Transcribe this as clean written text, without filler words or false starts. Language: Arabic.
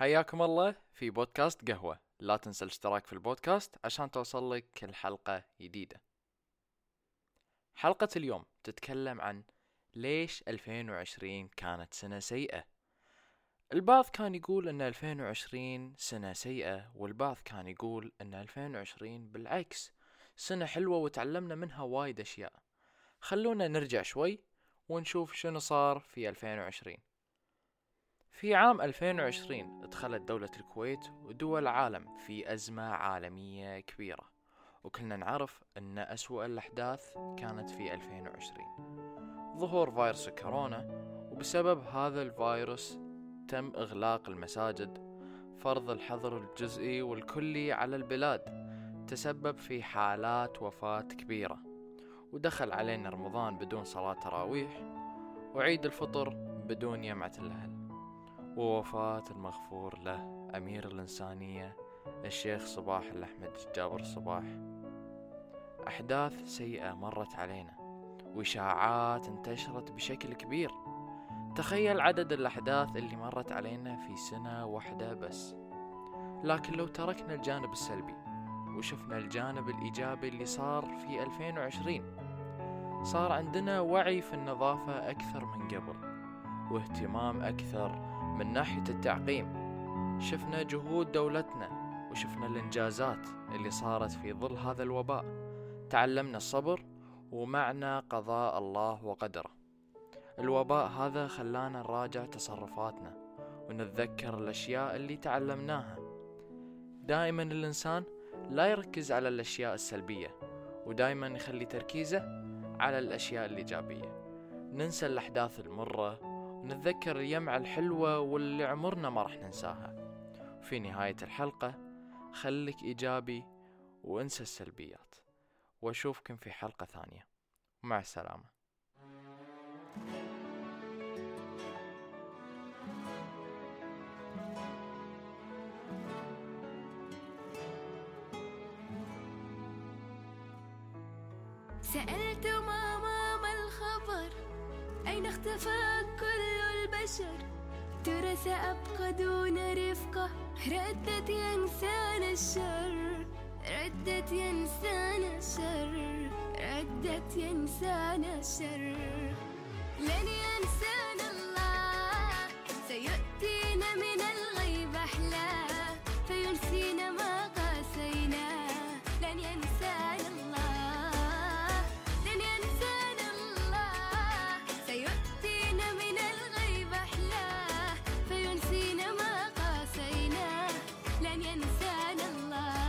حياكم الله في بودكاست قهوة. لا تنسى الاشتراك في البودكاست عشان توصل لك كل حلقة جديدة. حلقة اليوم تتكلم عن ليش 2020 كانت سنة سيئة. البعض كان يقول ان 2020 سنة سيئة، والبعض كان يقول ان 2020 بالعكس سنة حلوة وتعلمنا منها وايد اشياء. خلونا نرجع شوي ونشوف شنو صار في 2020. في عام 2020 دخلت دولة الكويت ودول العالم في أزمة عالمية كبيرة، وكلنا نعرف أن أسوأ الأحداث كانت في 2020 ظهور فيروس كورونا. وبسبب هذا الفيروس تم إغلاق المساجد، فرض الحظر الجزئي والكلي على البلاد، تسبب في حالات وفاة كبيرة، ودخل علينا رمضان بدون صلاة تراويح، وعيد الفطر بدون جمعة الأهل، ووفاة المغفور له أمير الإنسانية الشيخ صباح الأحمد جابر الصباح. أحداث سيئة مرت علينا، وإشاعات انتشرت بشكل كبير. تخيل عدد الأحداث اللي مرت علينا في سنة واحدة بس. لكن لو تركنا الجانب السلبي وشفنا الجانب الإيجابي اللي صار في 2020، صار عندنا وعي في النظافة أكثر من قبل، واهتمام أكثر من ناحية التعقيم. شفنا جهود دولتنا وشفنا الإنجازات اللي صارت في ظل هذا الوباء. تعلمنا الصبر ومعنى قضاء الله وقدره. الوباء هذا خلانا نراجع تصرفاتنا ونتذكر الأشياء اللي تعلمناها. دائما الإنسان لا يركز على الأشياء السلبية، ودائما يخلي تركيزه على الأشياء الإيجابية. ننسى الأحداث المرة ونتذكر اليمعة الحلوة واللي عمرنا ما رح ننساها. في نهاية الحلقة خليك إيجابي وانسى السلبيات، واشوفكم في حلقة ثانية. مع السلامة. سألت ماما ما الخبر، أين اختفى كل البشر؟ ترى سأبقى دون رفقة. ردت يا إنسان الشر، ردت يا إنسان الشر، ردت يا إنسان الشر. لن ينسانا الله، سيؤتينا من الغيب أحلى، فينسينا ما قاسينا. لن ينسانا الله، لن ينسانا الله، سيؤتينا من الغيب أحلى، فينسينا ما قاسينا. لن ينسانا الله.